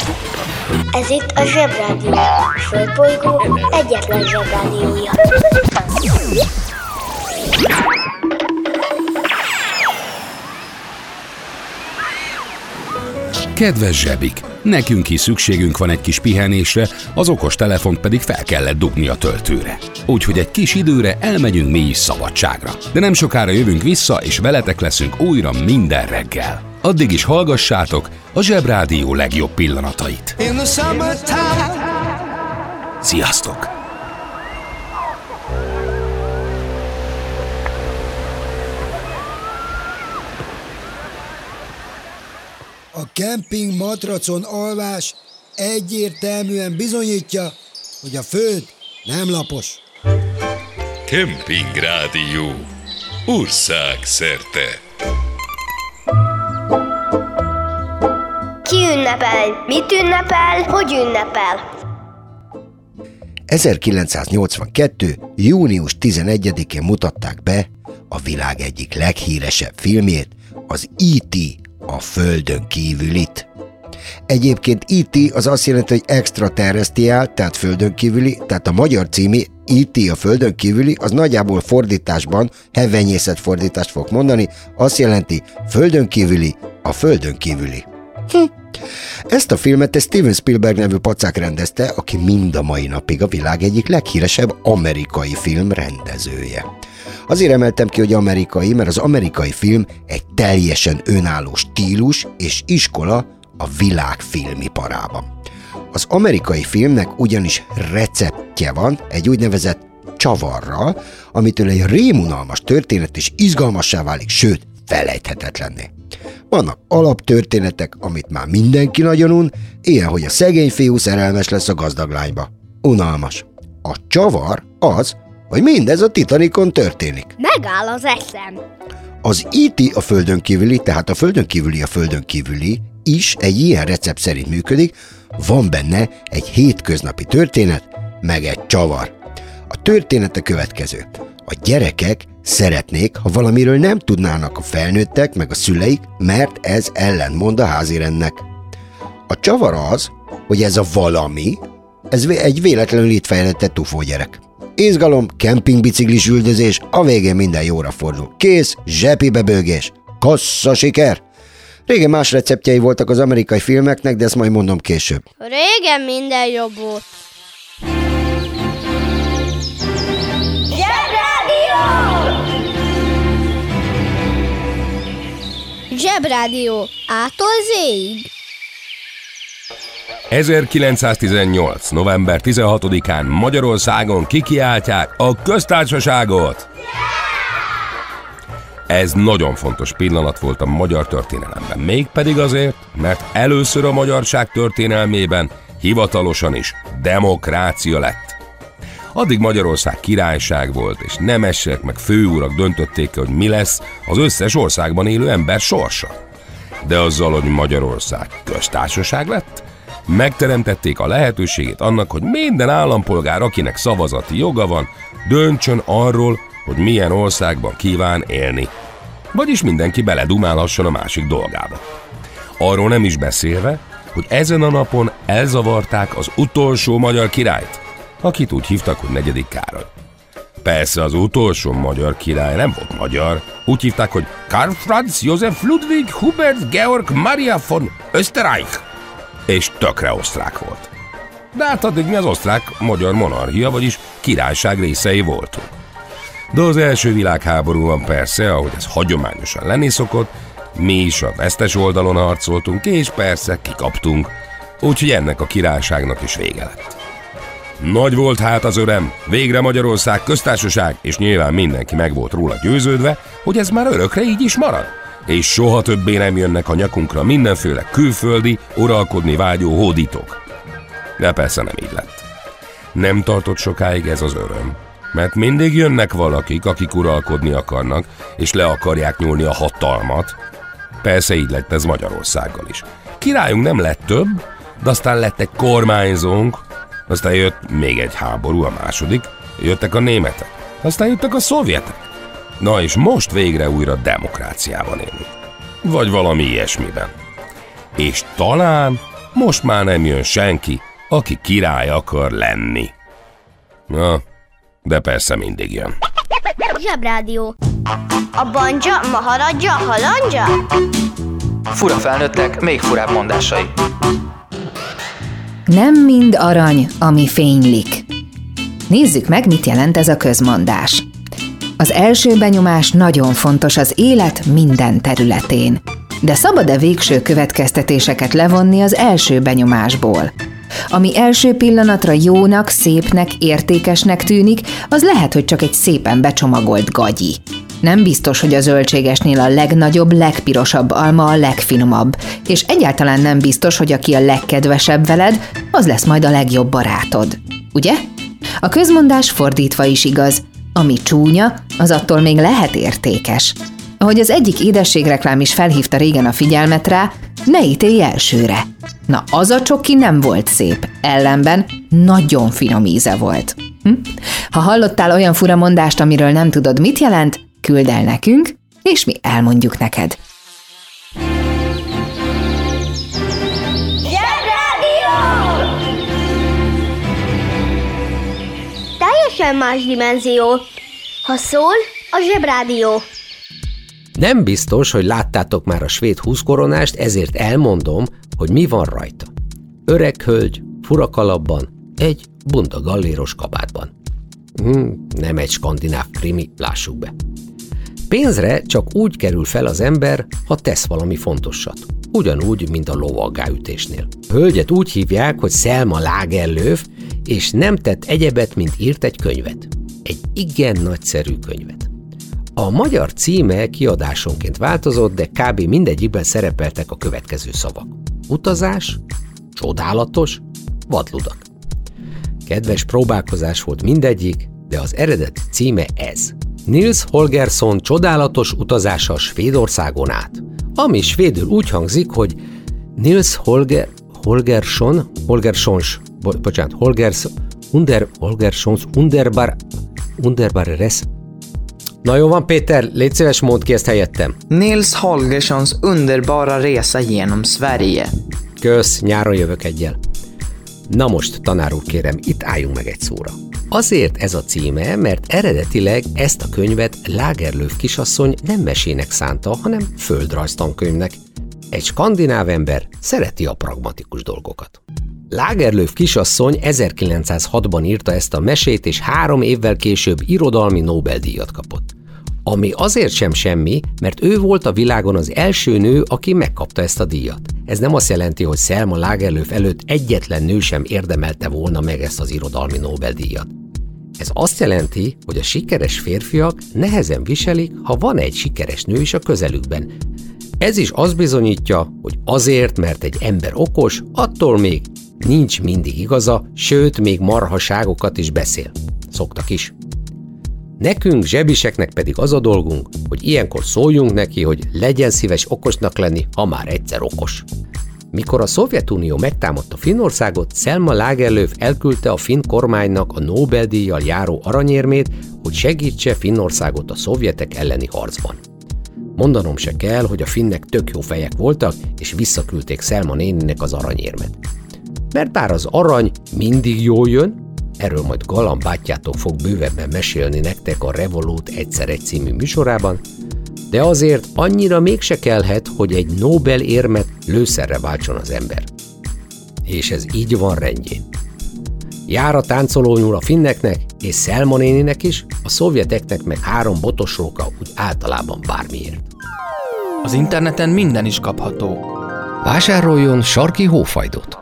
Ez itt a Zsebrádió, a Földbolygó egyetlen Zsebrádiója. Kedves zsebik, nekünk is szükségünk van egy kis pihenésre, az okos telefont pedig fel kellett dugni a töltőre. Úgyhogy egy kis időre elmegyünk mi is szabadságra. De nem sokára jövünk vissza, és veletek leszünk újra minden reggel. Addig is hallgassátok a Zsebrádió legjobb pillanatait. Sziasztok! A kemping matracon alvás egyértelműen bizonyítja, hogy a föld nem lapos. Kemping Rádió. Országszerte. Ki ünnepel? Mit ünnepel? Hogy ünnepel? 1982. június 11-én mutatták be a világ egyik leghíresebb filmjét, az E.T. a Földön kívülit. Egyébként E.T. az azt jelenti, hogy extraterrestriál, tehát földön kívüli, tehát a magyar című E.T. a Földön kívüli, az nagyjából fordításban, hevenyészet fordítást fog mondani, azt jelenti földön kívüli, a földön kívüli. Ezt a filmet Steven Spielberg nevű pacák rendezte, aki mind a mai napig a világ egyik leghíresebb amerikai film rendezője. Azért emeltem ki, hogy amerikai, mert az amerikai film egy teljesen önálló stílus és iskola a világ filmiparában. Az amerikai filmnek ugyanis receptje van egy úgynevezett csavarral, amitől egy rémunalmas történet is izgalmassá válik, sőt, felejthetetlenné. Vannak alaptörténetek, amit már mindenki nagyon un, ilyen, hogy a szegény fiú szerelmes lesz a gazdag lányba. Unalmas. A csavar az, hogy mindez a Titanicon történik. Megáll az eszem. Az E.T. a Földön kívüli, tehát a Földön kívüli is egy ilyen recept szerint működik, van benne egy hétköznapi történet, meg egy csavar. A történet a következő. A gyerekek szeretnék, ha valamiről nem tudnának a felnőttek, meg a szüleik, mert ez ellentmond a házirendnek. A csavar az, hogy ez a valami, ez egy véletlenül itt fejlesztett UFO gyerek. Izgalom, kempingbiciklis üldözés, a végén minden jóra fordul. Kész, zsepibe bőgés, kassza siker! Régen más receptjei voltak az amerikai filmeknek, de ezt majd mondom később. Régen minden jobb volt. Zsebrádió! Zsebrádió. A-tól Z-ig. 1918. november 16-án Magyarországon kikiáltják a köztársaságot. Ez nagyon fontos pillanat volt a magyar történelemben, mégpedig azért, mert először a magyarság történelmében hivatalosan is demokrácia lett. Addig Magyarország királyság volt, és nemesek meg főurak döntötték, hogy mi lesz az összes országban élő ember sorsa. De azzal, hogy Magyarország köztársaság lett, megteremtették a lehetőségét annak, hogy minden állampolgár, akinek szavazati joga van, döntsön arról, hogy milyen országban kíván élni. Vagyis mindenki beledumálhasson a másik dolgába. Arról nem is beszélve, hogy ezen a napon elzavarták az utolsó magyar királyt, akit úgy hívtak, hogy 4. Károly. Persze az utolsó magyar király nem volt magyar, úgy hívták, hogy Karl Franz Josef Ludwig Hubert Georg Maria von Österreich, és tökre osztrák volt. De hát addig mi az osztrák-magyar monarchia, vagyis királyság részei voltunk. De az első világháborúban persze, ahogy ez hagyományosan lenni szokott, mi is a vesztes oldalon harcoltunk, és persze kikaptunk, úgyhogy ennek a királyságnak is vége lett. Nagy volt hát az öröm, végre Magyarország köztársaság, és nyilván mindenki meg volt róla győződve, hogy ez már örökre így is marad, és soha többé nem jönnek a nyakunkra mindenféle külföldi, uralkodni vágyó hódítók. De persze nem így lett. Nem tartott sokáig ez az öröm, mert mindig jönnek valakik, akik uralkodni akarnak, és le akarják nyúlni a hatalmat. Persze így lett ez Magyarországgal is. Királyunk nem lett több, de aztán lett egy kormányzónk, aztán jött még egy háború, a második, jöttek a németek, aztán jöttek a szovjetek. Na és most végre újra demokráciában élünk. Vagy valami ilyesmiben. És talán most már nem jön senki, aki király akar lenni. Na, de persze mindig jön. Zsebrádió. A banja, maharadja, halandja? Fura felnőttek, még furább mondásai. Nem mind arany, ami fénylik. Nézzük meg, mit jelent ez a közmondás. Az első benyomás nagyon fontos az élet minden területén. De szabad-e végső következtetéseket levonni az első benyomásból? Ami első pillanatra jónak, szépnek, értékesnek tűnik, az lehet, hogy csak egy szépen becsomagolt gagyi. Nem biztos, hogy a zöldségesnél a legnagyobb, legpirosabb alma a legfinomabb, és egyáltalán nem biztos, hogy aki a legkedvesebb veled, az lesz majd a legjobb barátod. Ugye? A közmondás fordítva is igaz. Ami csúnya, az attól még lehet értékes. Ahogy az egyik édességreklám is felhívta régen a figyelmet rá, ne ítélj elsőre. Na, az a csoki nem volt szép, ellenben nagyon finom íze volt. Ha hallottál olyan furamondást, amiről nem tudod, mit jelent, küldd el nekünk, és mi elmondjuk neked. Zsebrádió! Teljesen más dimenzió. Ha szól, a Zsebrádió. Nem biztos, hogy láttátok már a svéd 20 koronást, ezért elmondom, hogy mi van rajta. Öreg hölgy, furakalapban, egy bunda galléros kabátban. Nem egy skandináv krimi, lássuk be. Pénzre csak úgy kerül fel az ember, ha tesz valami fontosat. Ugyanúgy, mint a lovaggáütésnél. A hölgyet úgy hívják, hogy Selma Lagerlöf, és nem tett egyebet, mint írt egy könyvet. Egy igen nagyszerű könyvet. A magyar címe kiadásonként változott, de kb. Mindegyikben szerepeltek a következő szavak. Utazás, csodálatos, vadludak. Kedves próbálkozás volt mindegyik, de az eredeti címe ez. Nils Holgersson csodálatos utazása Svédországon át. Ami svédül úgy hangzik, hogy Nils Holgerssons underbar res. Na jó van, Péter, légy szíves, mondd ki ezt helyettem. Nils Holgerssons underbara resa genom Sverige. Kösz, nyáron jövök egyel. Na most, tanár úr, kérem, itt álljunk meg egy szóra. Azért ez a címe, mert eredetileg ezt a könyvet Lagerlöf kisasszony nem mesének szánta, hanem földrajztankönyvnek. Egy skandináv ember szereti a pragmatikus dolgokat. Lagerlöf kisasszony 1906-ban írta ezt a mesét, és 3 évvel később irodalmi Nobel-díjat kapott. Ami azért sem semmi, mert ő volt a világon az első nő, aki megkapta ezt a díjat. Ez nem azt jelenti, hogy Selma Lagerlöf előtt egyetlen nő sem érdemelte volna meg ezt az irodalmi Nobel-díjat. Ez azt jelenti, hogy a sikeres férfiak nehezen viselik, ha van egy sikeres nő is a közelükben. Ez is azt bizonyítja, hogy azért, mert egy ember okos, attól még nincs mindig igaza, sőt, még marhaságokat is beszél. Szoktak is. Nekünk, zsebiseknek pedig az a dolgunk, hogy ilyenkor szóljunk neki, hogy legyen szíves okosnak lenni, ha már egyszer okos. Mikor a Szovjetunió megtámadta Finnországot, Selma Lagerlöf elküldte a finn kormánynak a Nobel-díjjal járó aranyérmét, hogy segítse Finnországot a szovjetek elleni harcban. Mondanom se kell, hogy a finnek tök jó fejek voltak, és visszaküldték Selma néninek az aranyérmet. Mert bár az arany mindig jól jön, erről majd Galamb bátyjátok fog bővebben mesélni nektek a Revolut egyszer egy című műsorában, de azért annyira mégse kellhet, hogy egy Nobel-érmet lőszerre váltson az ember. És ez így van rendjén. Jár a táncolónyúl a finneknek, és Selma néninek is, a szovjeteknek meg 3 botos róka úgy általában bármiért. Az interneten minden is kapható. Vásároljon sarki hófajdot!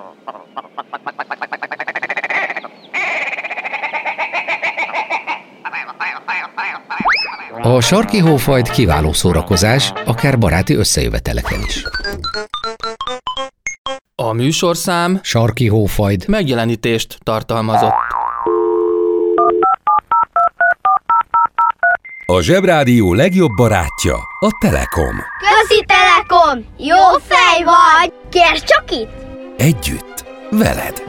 A sarki hófajd kiváló szórakozás, akár baráti összejöveteleken is. A műsorszám Sarki hófajd megjelenítést tartalmazott. A Zsebrádió legjobb barátja a Telekom. Köszi Telekom! Jó fej vagy! Kérd csak itt! Együtt, veled!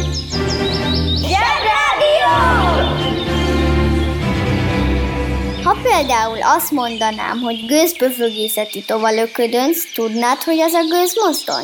Ha például azt mondanám, hogy gőzpöfögészeti tovalöködönc, tudnád, hogy az a gőzmozdony?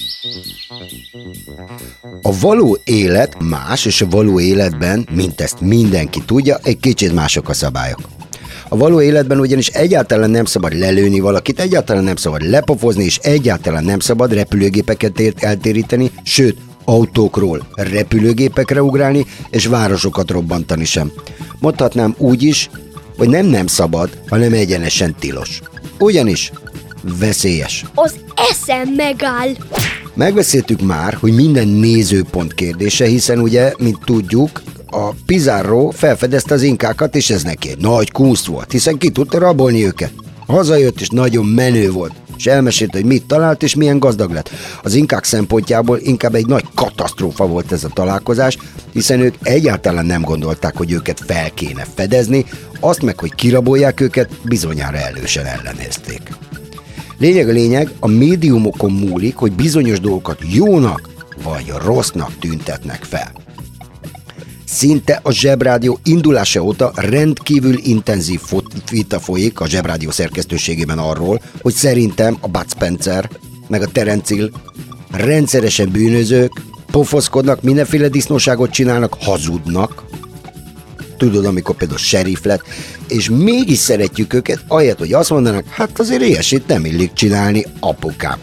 A való élet más, és a való életben, mint ezt mindenki tudja, egy kicsit mások a szabályok. A való életben ugyanis egyáltalán nem szabad lelőni valakit, egyáltalán nem szabad lepofozni, és egyáltalán nem szabad repülőgépeket eltéríteni, sőt, autókról repülőgépekre ugrálni, és városokat robbantani sem. Mondhatnám úgy is, hogy nem szabad, hanem egyenesen tilos. Ugyanis veszélyes. Az eszem megáll! Megbeszéltük már, hogy minden nézőpont kérdése, hiszen ugye, mint tudjuk, a Pizarro felfedezte az inkákat, és ez neki egy nagy kunst volt, hiszen ki tudta rabolni őket. Hazajött, és nagyon menő volt, és elmesélte, hogy mit talált, és milyen gazdag lett. Az inkák szempontjából inkább egy nagy katasztrófa volt ez a találkozás, hiszen ők egyáltalán nem gondolták, hogy őket fel kéne fedezni, azt meg, hogy kirabolják őket, bizonyára elősen ellenezték. Lényeg, a médiumokon múlik, hogy bizonyos dolgokat jónak vagy rossznak tüntetnek fel. Szinte a Zsebrádió indulása óta rendkívül intenzív vita folyik a Zsebrádió szerkesztőségében arról, hogy szerintem a Bud Spencer meg a Terence Hill rendszeresen bűnözők, pofoszkodnak, mindenféle disznóságot csinálnak, hazudnak. Tudod, amikor például sheriff lett, és mégis szeretjük őket, ahelyett, hogy azt mondanak, hát azért ilyesmit nem illik csinálni, apukám.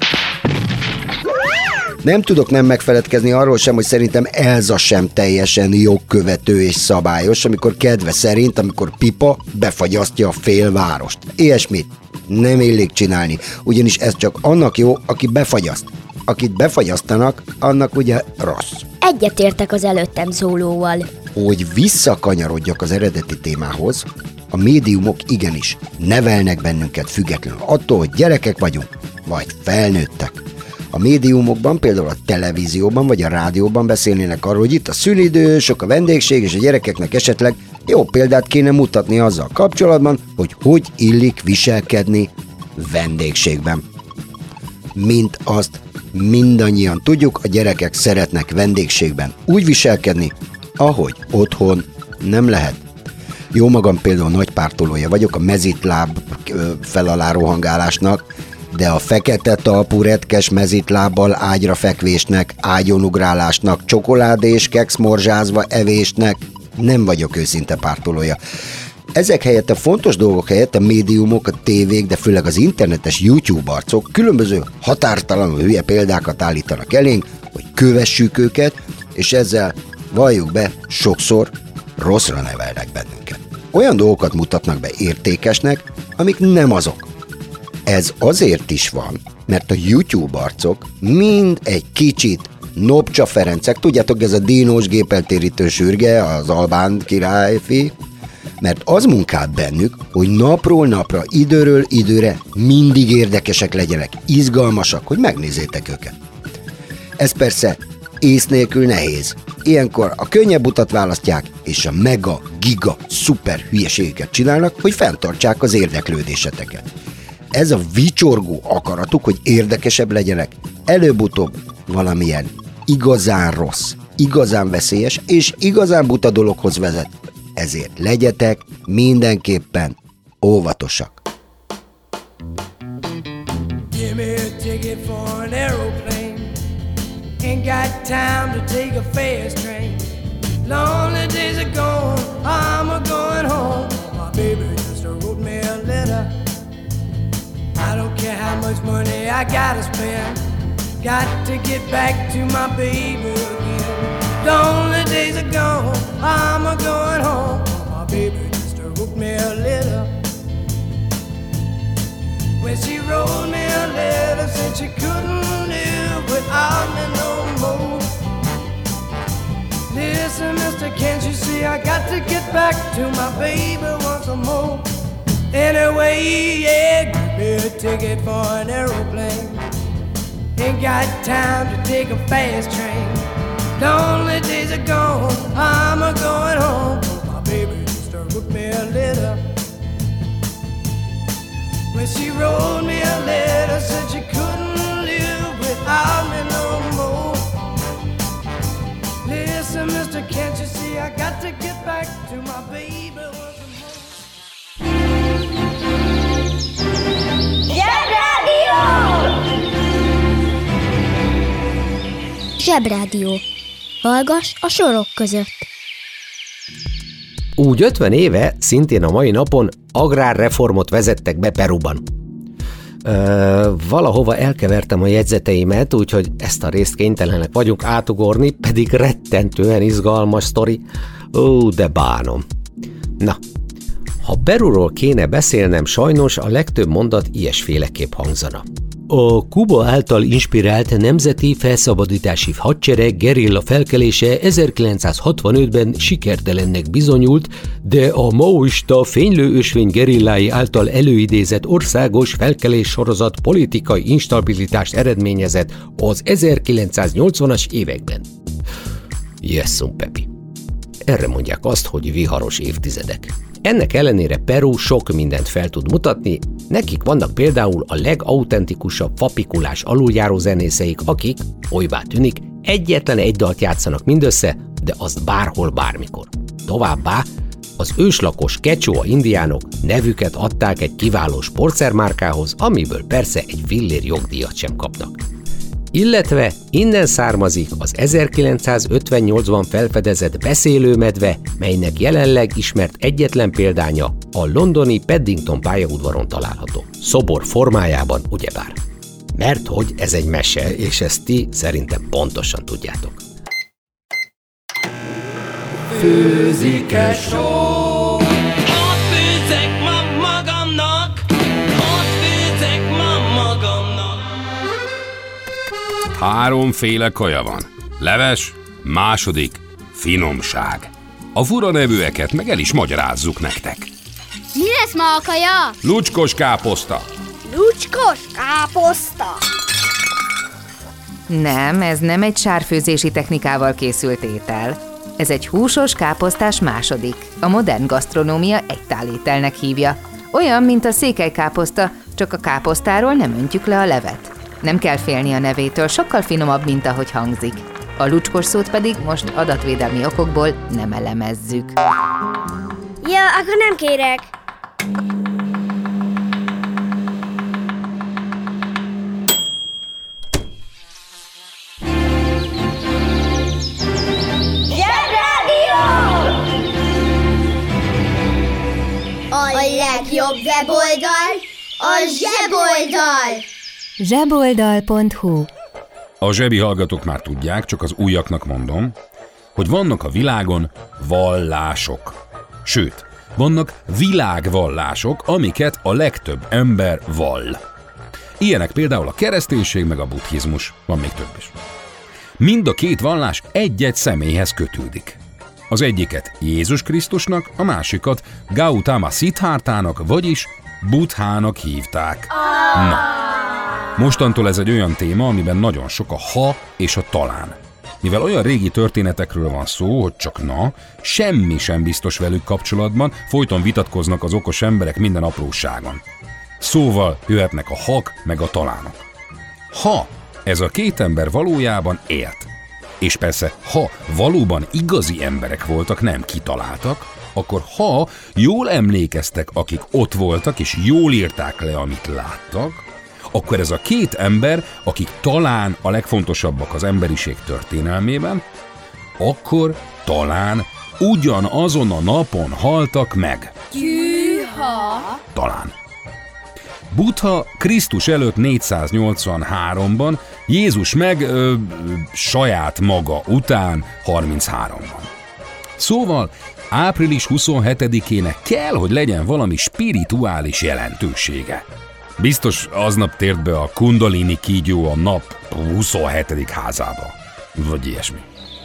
Nem tudok nem megfeledkezni arról sem, hogy szerintem Elza sem teljesen jogkövető és szabályos, amikor kedve szerint, amikor Pipa befagyasztja a fél várost. Ilyesmit nem illik csinálni, ugyanis ez csak annak jó, aki befagyaszt. Akit befagyasztanak, annak ugye rossz. Egyetértek az előttem szólóval. Hogy visszakanyarodjak az eredeti témához, a médiumok igenis nevelnek bennünket függetlenül attól, hogy gyerekek vagyunk, vagy felnőttek. A médiumokban, például a televízióban vagy a rádióban beszélnének arról, hogy itt a szülidő, sok a vendégség, és a gyerekeknek esetleg jó példát kéne mutatni azzal kapcsolatban, hogy illik viselkedni vendégségben. Mint azt mindannyian tudjuk, a gyerekek szeretnek vendégségben úgy viselkedni, ahogy otthon nem lehet. Jó magam például nagy pártolója vagyok a mezitláb felalá rohangálásnak, de a fekete talpú retkes mezitlábbal ágyra fekvésnek, ágyonugrálásnak, csokoládés, kekszmorzsázva evésnek nem vagyok őszinte pártolója. Ezek helyett, a fontos dolgok helyett a médiumok, a tévék, de főleg az internetes YouTube arcok különböző határtalanul hülye példákat állítanak elénk, hogy kövessük őket, és ezzel, valljuk be, sokszor rosszra nevelnek bennünket. Olyan dolgokat mutatnak be értékesnek, amik nem azok. Ez azért is van, mert a YouTube arcok mind egy kicsit Nopcsa Ferencek, tudjátok, ez a dínos gépeltérítő sürge, az albán királyfi, mert az munkál bennük, hogy napról napra, időről időre mindig érdekesek legyenek, izgalmasak, hogy megnézzétek őket. Ez persze ész nélkül nehéz. Ilyenkor a könnyebb utat választják, és a mega, giga, szuper hülyeségeket csinálnak, hogy fenntartsák az érdeklődéseteket. Ez a vicsorgó akaratuk, hogy érdekesebb legyenek, előbb-utóbb valamilyen igazán rossz, igazán veszélyes és igazán buta dologhoz vezet. Ezért legyetek mindenképpen óvatosak. Give me a ticket for an aeroplane. Ain't got time to take a fast train. Lonely days are gone, I'm a-going home. My baby just wrote me a letter. I don't care how much money I gotta spend. Got to get back to my baby again. Lonely days are gone, I'm a-going home. My baby just wrote me a letter. When she wrote me a letter, said she couldn't live without me no more. Listen, mister, can't you see I got to get back to my baby once more. Anyway, yeah, give me a ticket for an aeroplane. Ain't got time to take a fast train. Lonely days are gone, I'm a-going home. My baby just wrote me a letter. When she wrote me a letter, said she couldn't live without me no more. Listen, mister, can't you see I got to get back to my baby once more. Zsebrádió. Hallgass a sorok között. Úgy 50 éve, szintén a mai napon agrárreformot vezettek be Peruban. Valahova elkevertem a jegyzeteimet, úgyhogy ezt a részt kénytelenek vagyunk átugorni, pedig rettentően izgalmas sztori. De bánom. Na, ha Peruról kéne beszélnem, sajnos a legtöbb mondat ilyesféleképp hangzana. A Kuba által inspirált Nemzeti Felszabadítási Hadsereg gerilla felkelése 1965-ben sikertelennek bizonyult, de a maoista fénylőösvény gerillái által előidézett országos felkelés sorozat politikai instabilitást eredményezett az 1980-as években. Jesszum Pepi. Erre mondják azt, hogy viharos évtizedek. Ennek ellenére Peru sok mindent fel tud mutatni, nekik vannak például a legautentikusabb fapikulás aluljáró zenészeik, akik, olybá tűnik, egyetlen egy dalt játszanak mindössze, de azt bárhol, bármikor. Továbbá az őslakos Quechua indiánok nevüket adták egy kiváló sportszermárkához, amiből persze egy fillér jogdíjat sem kapnak. Illetve innen származik az 1958-ban felfedezett beszélőmedve, melynek jelenleg ismert egyetlen példánya a londoni Paddington pályaudvaron található. Szobor formájában ugyebár. Mert hogy ez egy mese, és ezt ti szerintem pontosan tudjátok. Főzik-e só? Ott főzek ma magamnak, ott főzek ma magamnak. Háromféle kaja van. Leves, második, finomság. A fura nevűeket meg el is magyarázzuk nektek. Mi lesz ma a kaja? Lucskos káposzta. Lucskos káposzta. Nem, ez nem egy sárfőzési technikával készült étel. Ez egy húsos káposztás második. A modern gasztronómia egytálételnek hívja. Olyan, mint a székelykáposzta, csak a káposztáról nem öntjük le a levet. Nem kell félni a nevétől, sokkal finomabb, mint ahogy hangzik. A lucskos szót pedig most adatvédelmi okokból nem elemezzük. Ja, akkor nem kérek. Zsebrádió! A legjobb weboldal a Zseboldal! Zseboldal.hu. A zsebi hallgatók már tudják, csak az újaknak mondom, hogy vannak a világon vallások. Sőt, vannak világvallások, amiket a legtöbb ember vall. Ilyenek például a kereszténység meg a buddhizmus, van még több is. Mind a két vallás egy-egy személyhez kötődik. Az egyiket Jézus Krisztusnak, a másikat Gautama Siddhartának, vagyis Buddhának hívták. Na, mostantól ez egy olyan téma, amiben nagyon sok a ha és a talán. Mivel olyan régi történetekről van szó, hogy csak semmi sem biztos velük kapcsolatban, folyton vitatkoznak az okos emberek minden apróságon. Szóval jöhetnek a hak meg a talánok. Ha ez a két ember valójában élt, és persze ha valóban igazi emberek voltak, nem kitaláltak, akkor ha jól emlékeztek, akik ott voltak, és jól írták le, amit láttak, akkor ez a két ember, akik talán a legfontosabbak az emberiség történelmében, akkor talán ugyanazon a napon haltak meg. Gyűha! Talán. Buddha Krisztus előtt 483-ban, Jézus meg saját maga után 33-ban. Szóval április 27-ének kell, hogy legyen valami spirituális jelentősége. Biztos aznap tért be a Kundalini kígyó a nap 27. házába, vagy ilyesmi.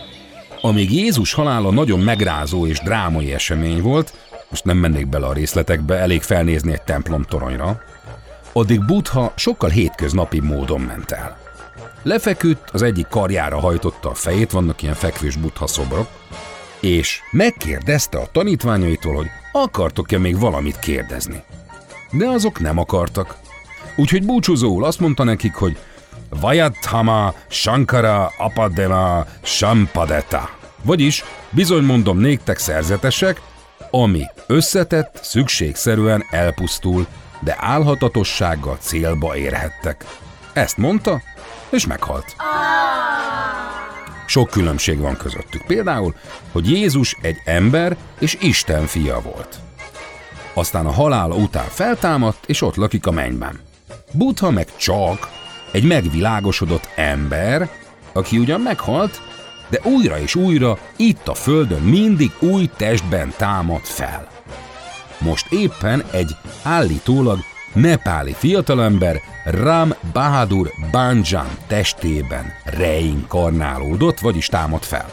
Amíg Jézus halála nagyon megrázó és drámai esemény volt, most nem mennék bele a részletekbe, elég felnézni egy templom toronyra, addig Buddha sokkal hétköznapi módon ment el. Lefeküdt, az egyik karjára hajtotta a fejét, vannak ilyen fekvős Buddha szobrok, és megkérdezte a tanítványaitól, hogy akartok-e még valamit kérdezni. De azok nem akartak. Úgyhogy búcsúzóul azt mondta nekik, hogy Vajadhama Shankara Apadena Sampadeta. Vagyis bizony mondom néktek szerzetesek, ami összetett, szükségszerűen elpusztul, de álhatatossággal célba érhettek. Ezt mondta, és meghalt. Sok különbség van közöttük. Például, hogy Jézus egy ember és Isten fia volt. Aztán a halála után feltámadt, és ott lakik a mennyben. Buddha meg csak egy megvilágosodott ember, aki ugyan meghalt, de újra és újra itt a földön mindig új testben támad fel. Most éppen egy állítólag nepáli fiatalember Ram Bahadur Banjan testében reinkarnálódott, vagyis támad fel.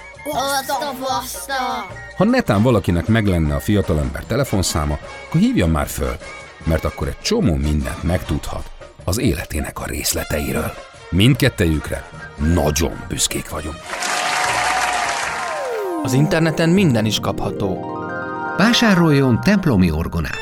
Ha netán valakinek meg lenne a fiatalember telefonszáma, akkor hívjon már föl, mert akkor egy csomó mindent megtudhat az életének a részleteiről. Mindkettejükre nagyon büszkék vagyunk. Az interneten minden is kapható. Vásároljon templomi orgonát.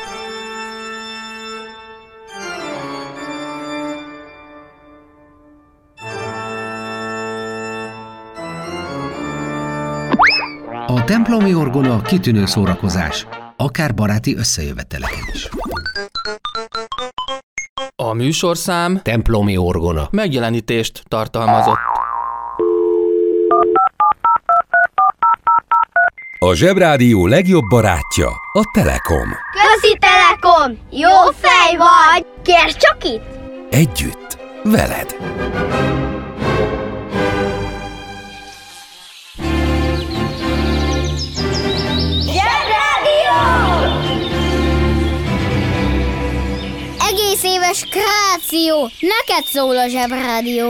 A templomi orgona kitűnő szórakozás, akár baráti összejöveteleken is. A műsorszám templomi orgona megjelenítést tartalmazott. A Zsebrádió legjobb barátja a Telekom. Köszi Telekom! Jó fej vagy! Kérd csak itt! Együtt, veled! Zsebrádió! Egész éves kráció! Neked szól a Zsebrádió!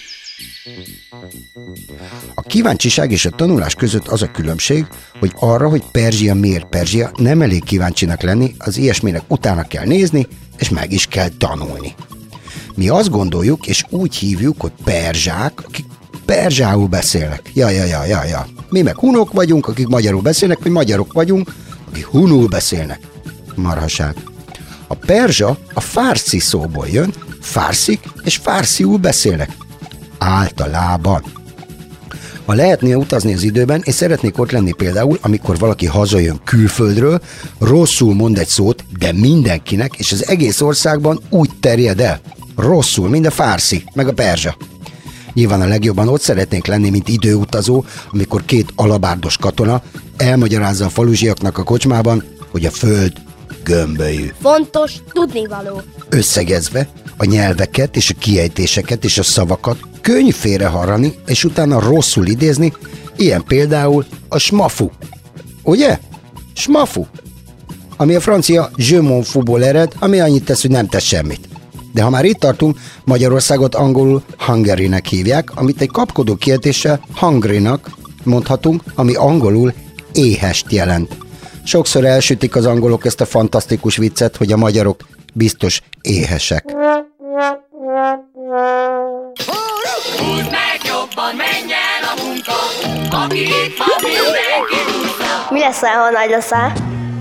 A kíváncsiság és a tanulás között az a különbség, hogy arra, hogy Perzsia miért Perzsia, nem elég kíváncsinak lenni, az ilyesminek utána kell nézni, és meg is kell tanulni. Mi azt gondoljuk, és úgy hívjuk, hogy perzsák, akik perzsául beszélnek. Ja. Mi meg hunok vagyunk, akik magyarul beszélnek, vagy magyarok vagyunk, akik hunul beszélnek. Marhaság. A perzsa a fárszi szóból jön, fárszik és fársziul beszélnek. Általában. Ha lehetne utazni az időben, és szeretnék ott lenni például, amikor valaki hazajön külföldről, rosszul mond egy szót, de mindenkinek, és az egész országban úgy terjed el. Rosszul, mind a fárszi, meg a perzsa. Nyilván a legjobban ott szeretnék lenni, mint időutazó, amikor két alabárdos katona elmagyarázza a falusiaknak a kocsmában, hogy a föld gömbölyű. Fontos tudnivaló. Összegezve a nyelveket és a kiejtéseket és a szavakat könnyű félreharrani, és utána rosszul idézni, ilyen például a smafu. Ugye? Smafu. Ami a francia je m'en fous-ból ered, ami annyit tesz, hogy nem tesz semmit. De ha már itt tartunk, Magyarországot angolul Hungary-nek hívják, amit egy kapkodó kiejtéssel hungry-nak mondhatunk, ami angolul éhest jelent. Sokszor elsütik az angolok ezt a fantasztikus viccet, hogy a magyarok biztos éhesek. Húzd meg jobban, menj el a munka, aki itt van, mindenki húzza. Mi leszel, ha nagy leszel?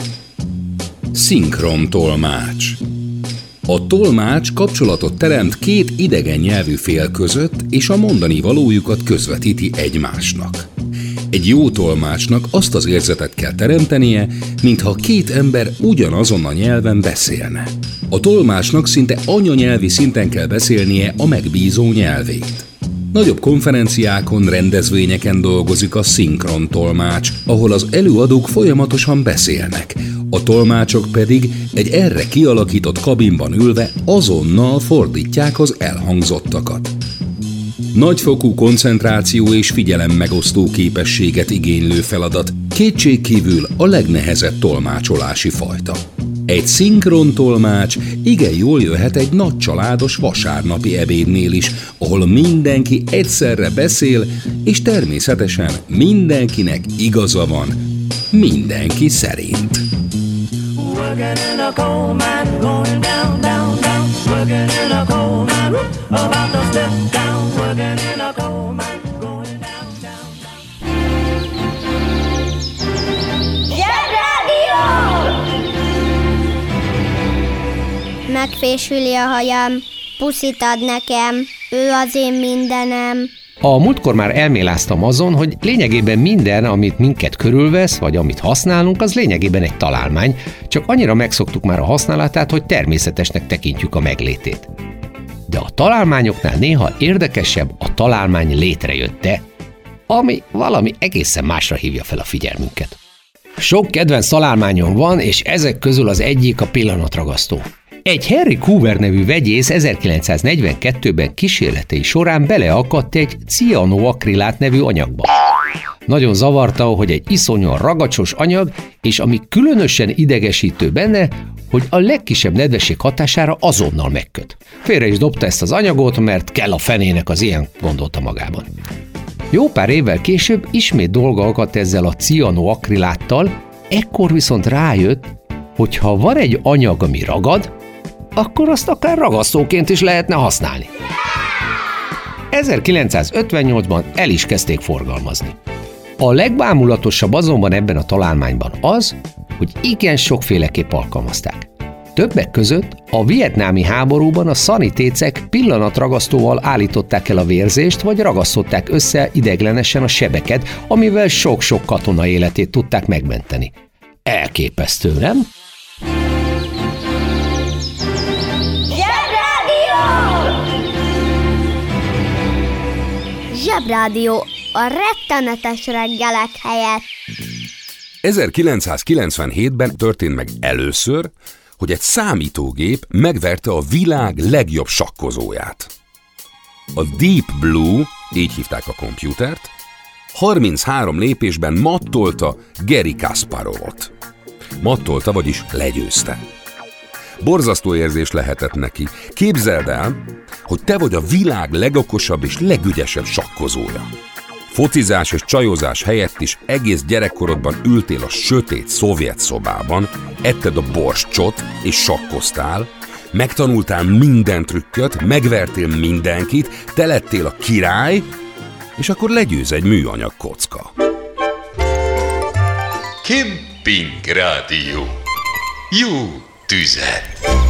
Szinkrontolmács. A tolmács kapcsolatot teremt két idegen nyelvű fél között, és a mondani valójukat közvetíti egymásnak. Egy jó tolmácsnak azt az érzetet kell teremtenie, mintha két ember ugyanazon a nyelven beszélne. A tolmácsnak szinte anyanyelvi szinten kell beszélnie a megbízó nyelvét. Nagyobb konferenciákon, rendezvényeken dolgozik a szinkrontolmács, ahol az előadók folyamatosan beszélnek, a tolmácsok pedig egy erre kialakított kabinban ülve azonnal fordítják az elhangzottakat. Nagyfokú koncentráció és figyelemmegosztó képességet igénylő feladat, kétségkívül a legnehezebb tolmácsolási fajta. Egy szinkrontolmács igen jól jöhet egy nagy családos vasárnapi ebédnél is, ahol mindenki egyszerre beszél, és természetesen mindenkinek igaza van, mindenki szerint. Megfésüli a hajam, puszit ad nekem, ő az én mindenem. A múltkor már elméláztam azon, hogy lényegében minden, amit minket körülvesz, vagy amit használunk, az lényegében egy találmány, csak annyira megszoktuk már a használatát, hogy természetesnek tekintjük a meglétét. De a találmányoknál néha érdekesebb a találmány létrejötte. ami valami egészen másra hívja fel a figyelmünket. Sok kedvenc találmányom van, és ezek közül az egyik a pillanatragasztó. Egy Henry Coover nevű vegyész 1942-ben kísérletei során beleakadt egy cianoakrilát nevű anyagba. Nagyon zavarta, hogy egy iszonyúan ragacsos anyag, és ami különösen idegesítő benne, hogy a legkisebb nedvesség hatására azonnal megköt. Félre is dobta ezt az anyagot, mert kell a fenének az ilyen, gondolta magában. Jó pár évvel később ismét dolga akadt ezzel a cianoakriláttal, ekkor viszont rájött, hogy ha van egy anyag, ami ragad, akkor azt akár ragasztóként is lehetne használni. 1958-ban el is kezdték forgalmazni. A legbámulatosabb azonban ebben a találmányban az, hogy igen sokféleképp alkalmazták. Többek között a vietnámi háborúban a szanitécek pillanatragasztóval állították el a vérzést, vagy ragasztották össze ideiglenesen a sebeket, amivel sok-sok katona életét tudták megmenteni. Elképesztő, nem? Zsebrádió, a rettenetes reggelek helyett. 1997-ben történt meg először, hogy egy számítógép megverte a világ legjobb sakkozóját. A Deep Blue, így hívták a kompjútert, 33 lépésben mattolta Garry Kasparovot. Mattolta, vagyis legyőzte. Borzasztó érzés lehetett neki. Képzeld el, hogy te vagy a világ legokosabb és legügyesebb sakkozója. Focizás és csajozás helyett is egész gyerekkorodban ültél a sötét szovjet szobában, etted a borscsot és sakkoztál, megtanultál minden trükköt, megvertél mindenkit, te lettél a király, és akkor legyőz egy műanyag kocka. Kemping Rádió. Jó tüzet!